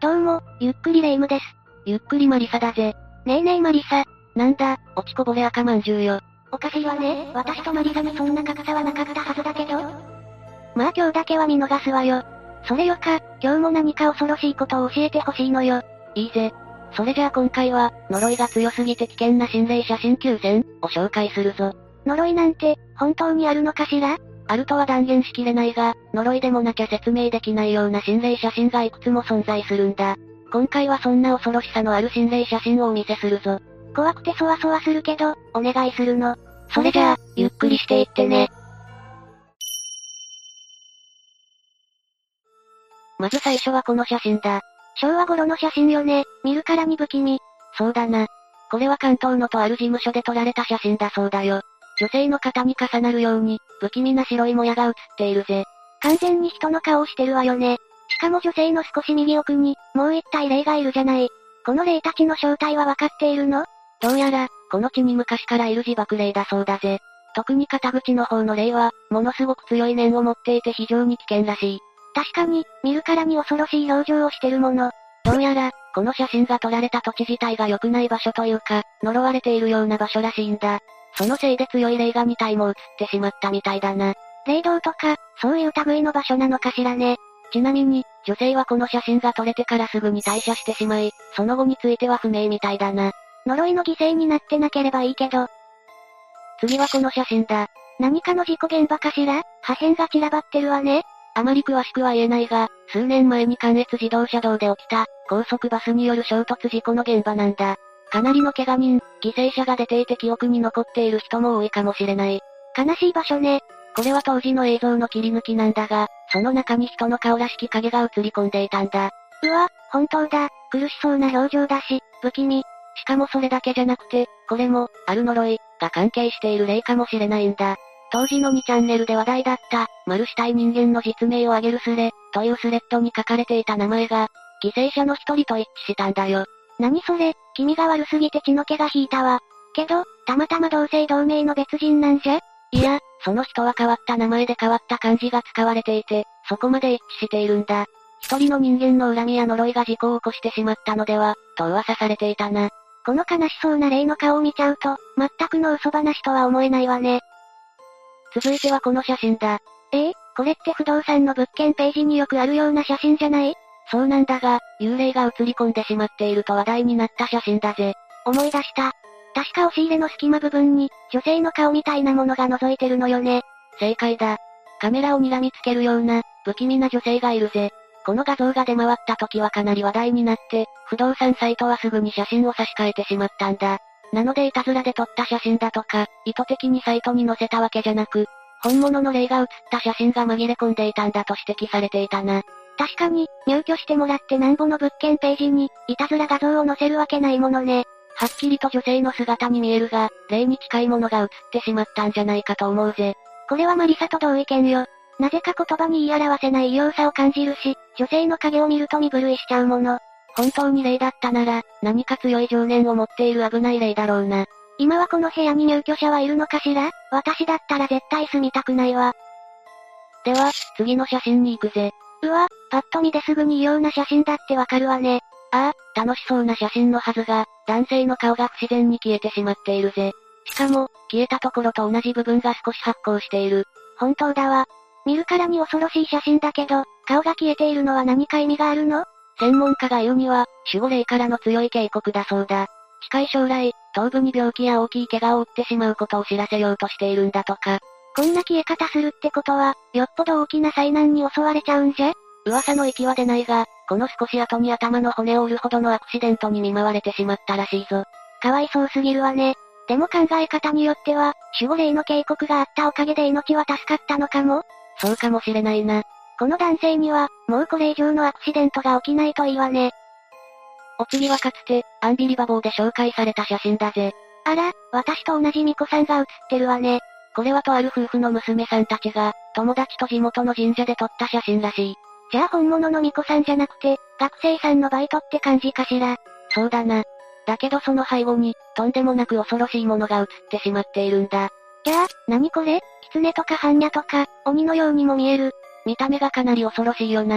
どうも、ゆっくりレ夢ムです。 ゆっくりマリサだぜ。 ねえねえマリサ。 なんだ、落ちこぼれ赤まんじゅうよ。 おかしいわね。私とマリサにそんな格差はなかったはずだけど。まあ今日だけは見逃すわよ。それよか、今日も何か恐ろしいことを教えてほしいのよ。 いいぜ。それじゃあ今回は、呪いが強すぎて危険な心霊写真9選を紹介するぞ。 呪いなんて、本当にあるのかしら？ あるとは断言しきれないが、呪いでもなきゃ説明できないような心霊写真がいくつも存在するんだ。今回はそんな恐ろしさのある心霊写真をお見せするぞ。 怖くてそわそわするけど、お願いするの。 それじゃあ、ゆっくりしていってね。まず最初はこの写真だ。 昭和頃の写真よね、見るからに不気味。 そうだな。これは関東のとある事務所で撮られた写真だそうだよ。女性の肩に重なるように、不気味な白いもやが写っているぜ。 完全に人の顔をしてるわよね。しかも女性の少し右奥に、もう一体霊がいるじゃない。この霊たちの正体はわかっているの？ どうやら、この地に昔からいる自爆霊だそうだぜ。特に肩口の方の霊は、ものすごく強い念を持っていて非常に危険らしい。 確かに、見るからに恐ろしい表情をしてるもの。 どうやら、この写真が撮られた土地自体が良くない場所というか、呪われているような場所らしいんだ。そのせいで強い霊が2体も映ってしまったみたいだな。 霊道とか、そういう類の場所なのかしらね。 ちなみに、女性はこの写真が撮れてからすぐに退社してしまい、その後については不明みたいだな。 呪いの犠牲になってなければいいけど。 次はこの写真だ。 何かの事故現場かしら？破片が散らばってるわね。 あまり詳しくは言えないが、数年前に関越自動車道で起きた、高速バスによる衝突事故の現場なんだ。かなりの怪我人、犠牲者が出ていて記憶に残っている人も多いかもしれない。 悲しい場所ね。 これは当時の映像の切り抜きなんだが、その中に人の顔らしき影が映り込んでいたんだ。 うわ、本当だ、苦しそうな表情だし、不気味。 しかもそれだけじゃなくて、これも、ある呪い、が関係している霊かもしれないんだ。当時の2チャンネルで話題だった、丸死体人間の実名を挙げるスレ、というスレッドに書かれていた名前が、犠牲者の一人と一致したんだよ。 何それ、気味が悪すぎて血の気が引いたわ。けど、たまたま同姓同名の別人なんじゃ？ いや、その人は変わった名前で変わった漢字が使われていて、そこまで一致しているんだ。一人の人間の恨みや呪いが事故を起こしてしまったのでは、と噂されていたな。 この悲しそうな霊の顔を見ちゃうと、全くの嘘話とは思えないわね。 続いてはこの写真だ。 これって不動産の物件ページによくあるような写真じゃない？ そうなんだが、幽霊が映り込んでしまっていると話題になった写真だぜ。 思い出した。確か押し入れの隙間部分に、女性の顔みたいなものが覗いてるのよね。 正解だ。カメラを睨みつけるような、不気味な女性がいるぜ。この画像が出回った時はかなり話題になって、不動産サイトはすぐに写真を差し替えてしまったんだ。なのでいたずらで撮った写真だとか、意図的にサイトに載せたわけじゃなく、本物の霊が写った写真が紛れ込んでいたんだと指摘されていたな。 確かに、入居してもらってなんぼの物件ページに、いたずら画像を載せるわけないものね。 はっきりと女性の姿に見えるが、霊に近いものが映ってしまったんじゃないかと思うぜ。 これはマリサと同意見よ。なぜか言葉に言い表せない異様さを感じるし、女性の影を見ると身震いしちゃうもの。 本当に霊だったなら、何か強い情念を持っている危ない霊だろうな。 今はこの部屋に入居者はいるのかしら？私だったら絶対住みたくないわ。 では、次の写真に行くぜ。 うわ、パッと見ですぐに異様な写真だってわかるわね。 ああ、楽しそうな写真のはずが、男性の顔が不自然に消えてしまっているぜ。しかも、消えたところと同じ部分が少し発光している。 本当だわ。見るからに恐ろしい写真だけど、顔が消えているのは何か意味があるの？ 専門家が言うには、守護霊からの強い警告だそうだ。近い将来、頭部に病気や大きい怪我を負ってしまうことを知らせようとしているんだとか。 こんな消え方するってことは、よっぽど大きな災難に襲われちゃうんじゃ？ 噂の域は出ないが、この少し後に頭の骨を折るほどのアクシデントに見舞われてしまったらしいぞ。 かわいそうすぎるわね。でも考え方によっては、守護霊の警告があったおかげで命は助かったのかも？ そうかもしれないな。 この男性には、もうこれ以上のアクシデントが起きないといいわね。 お次はかつて、アンビリバボーで紹介された写真だぜ。 あら、私と同じ巫女さんが写ってるわね。 これはとある夫婦の娘さんたちが、友達と地元の神社で撮った写真らしい。 じゃあ本物の巫女さんじゃなくて、学生さんのバイトって感じかしら。 そうだな。だけどその背後に、とんでもなく恐ろしいものが映ってしまっているんだ。 じゃあ、何これ？狐とか般若とか、鬼のようにも見える。 見た目がかなり恐ろしいよな。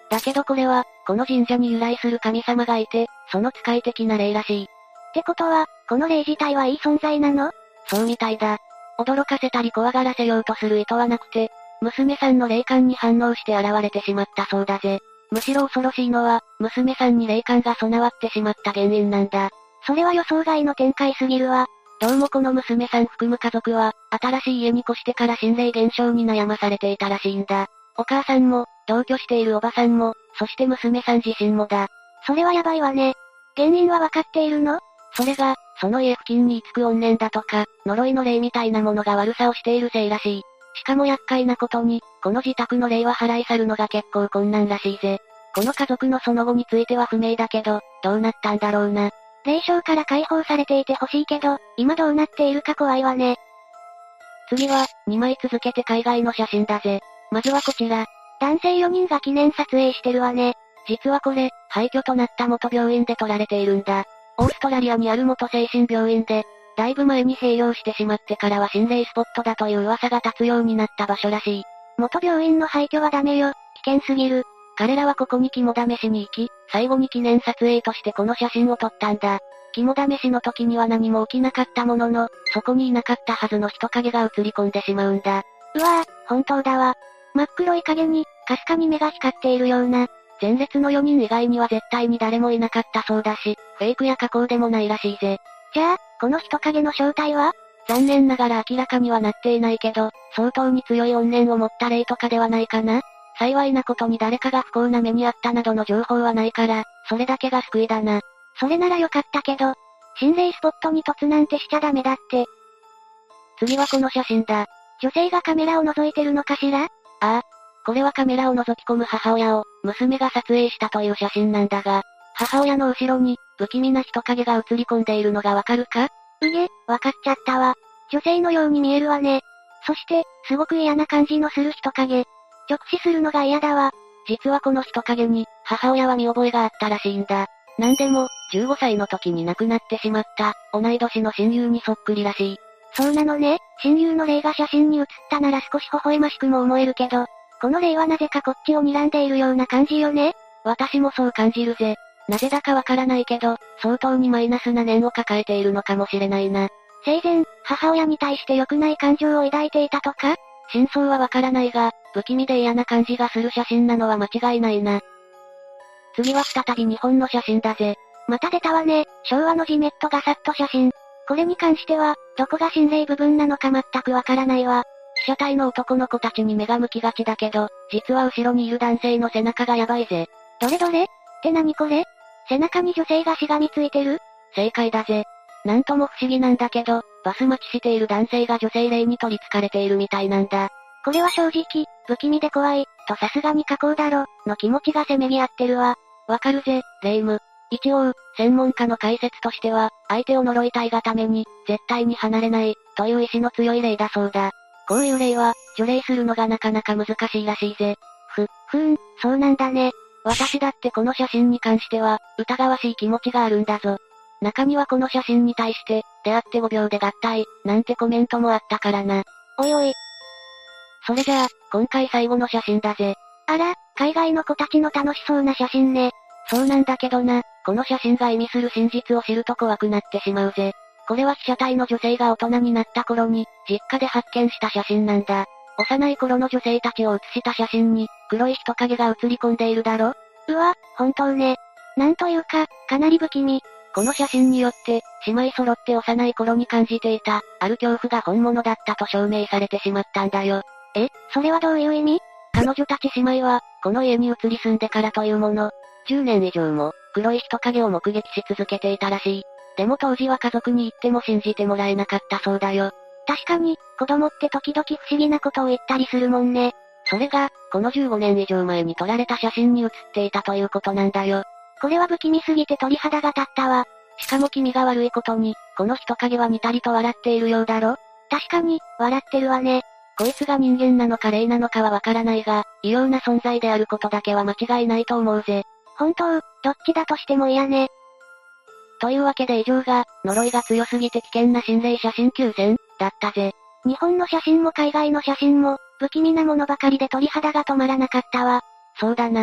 だけどこれは、この神社に由来する神様がいて、その使い的な霊らしい。 ってことは、この霊自体はいい存在なの？ そうみたいだ。驚かせたり怖がらせようとする意図はなくて、娘さんの霊感に反応して現れてしまったそうだぜ。むしろ恐ろしいのは、娘さんに霊感が備わってしまった原因なんだ。 それは予想外の展開すぎるわ。 どうもこの娘さん含む家族は、新しい家に越してから心霊現象に悩まされていたらしいんだ。お母さんも、同居しているおばさんも、そして娘さん自身もだ。 それはやばいわね。原因はわかっているの？ それが、その家付近に居つく怨念だとか、呪いの霊みたいなものが悪さをしているせいらしい。しかも厄介なことに、この自宅の霊は払い去るのが結構困難らしいぜ。この家族のその後については不明だけど、どうなったんだろうな。 霊障から解放されていてほしいけど、今どうなっているか怖いわね。 次は、2枚続けて海外の写真だぜ。まずはこちら。 男性4人が記念撮影してるわね。 実はこれ、廃墟となった元病院で撮られているんだ。オーストラリアにある元精神病院で、だいぶ前に閉業してしまってからは心霊スポットだという噂が立つようになった場所らしい。 元病院の廃墟はダメよ。危険すぎる。 彼らはここに肝試しに行き、最後に記念撮影としてこの写真を撮ったんだ。肝試しの時には何も起きなかったものの、そこにいなかったはずの人影が映り込んでしまうんだ。 うわぁ、本当だわ。真っ黒い影に、かすかに目が光っているような。 前列の4人以外には絶対に誰もいなかったそうだし、フェイクや加工でもないらしいぜ。 じゃあ、この人影の正体は？ 残念ながら明らかにはなっていないけど、相当に強い怨念を持った霊とかではないかな。幸いなことに誰かが不幸な目にあったなどの情報はないから、それだけが救いだな。 それならよかったけど、心霊スポットに突なんてしちゃダメだって。 次はこの写真だ。 女性がカメラを覗いてるのかしら？ ああ。これはカメラを覗き込む母親を、娘が撮影したという写真なんだが、母親の後ろに、不気味な人影が映り込んでいるのがわかるか？ わかっちゃったわ。女性のように見えるわね。そして、すごく嫌な感じのする人影。直視するのが嫌だわ。 実はこの人影に、母親は見覚えがあったらしいんだ。なんでも、15歳の時に亡くなってしまった、同い年の親友にそっくりらしい。 そうなのね。親友の霊が写真に写ったなら少し微笑ましくも思えるけど、この霊はなぜかこっちを睨んでいるような感じよね。 私もそう感じるぜ。なぜだかわからないけど、相当にマイナスな念を抱えているのかもしれないな。 生前、母親に対して良くない感情を抱いていたとか？ 真相はわからないが、不気味で嫌な感じがする写真なのは間違いないな。次は再び日本の写真だぜ。 また出たわね。昭和のジメットガサッと写真。これに関しては、どこが心霊部分なのか全くわからないわ。 被写体の男の子たちに目が向きがちだけど、実は後ろにいる男性の背中がやばいぜ。 どれどれ？って何これ？背中に女性がしがみついてる？ 正解だぜ。なんとも不思議なんだけど、バス待ちしている男性が女性霊に取り憑かれているみたいなんだ。 これは正直、不気味で怖い、とさすがに加工だろ、の気持ちがせめぎ合ってるわ。 わかるぜ、霊夢。一応、専門家の解説としては、相手を呪いたいがために、絶対に離れない、という意志の強い霊だそうだ。こういう霊は、除霊するのがなかなか難しいらしいぜ。 そうなんだね。 私だってこの写真に関しては、疑わしい気持ちがあるんだぞ。中にはこの写真に対して、出会って5秒で合体、なんてコメントもあったからな。 おいおい。 それじゃあ、今回最後の写真だぜ。 あら、海外の子たちの楽しそうな写真ね。 そうなんだけどな、この写真が意味する真実を知ると怖くなってしまうぜ。これは被写体の女性が大人になった頃に、実家で発見した写真なんだ。幼い頃の女性たちを写した写真に、黒い人影が写り込んでいるだろ？ うわ、本当ね。なんというか、かなり不気味。 この写真によって、姉妹揃って幼い頃に感じていた、ある恐怖が本物だったと証明されてしまったんだよ。 それはどういう意味？ 彼女たち姉妹は、この家に移り住んでからというもの、10年以上も、黒い人影を目撃し続けていたらしい。でも当時は家族に言っても信じてもらえなかったそうだよ。 確かに、子供って時々不思議なことを言ったりするもんね。 それが、この15年以上前に撮られた写真に写っていたということなんだよ。 これは不気味すぎて鳥肌が立ったわ。 しかも気味が悪いことに、この人影は似たりと笑っているようだろ？ 確かに、笑ってるわね。 こいつが人間なのか霊なのかはわからないが、異様な存在であることだけは間違いないと思うぜ。 本当、どっちだとしても嫌ね。 というわけで以上が、呪いが強すぎて危険な心霊写真9選、だったぜ。 日本の写真も海外の写真も、不気味なものばかりで鳥肌が止まらなかったわ。 そうだな。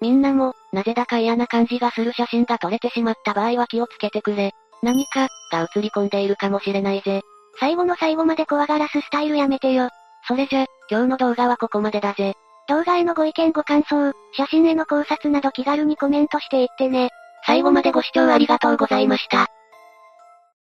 みんなも、なぜだか嫌な感じがする写真が撮れてしまった場合は気をつけてくれ。何か、が映り込んでいるかもしれないぜ。 最後の最後まで怖がらすスタイルやめてよ。 それじゃ、今日の動画はここまでだぜ。 動画へのご意見ご感想、写真への考察など気軽にコメントしていってね。 最後までご視聴ありがとうございました。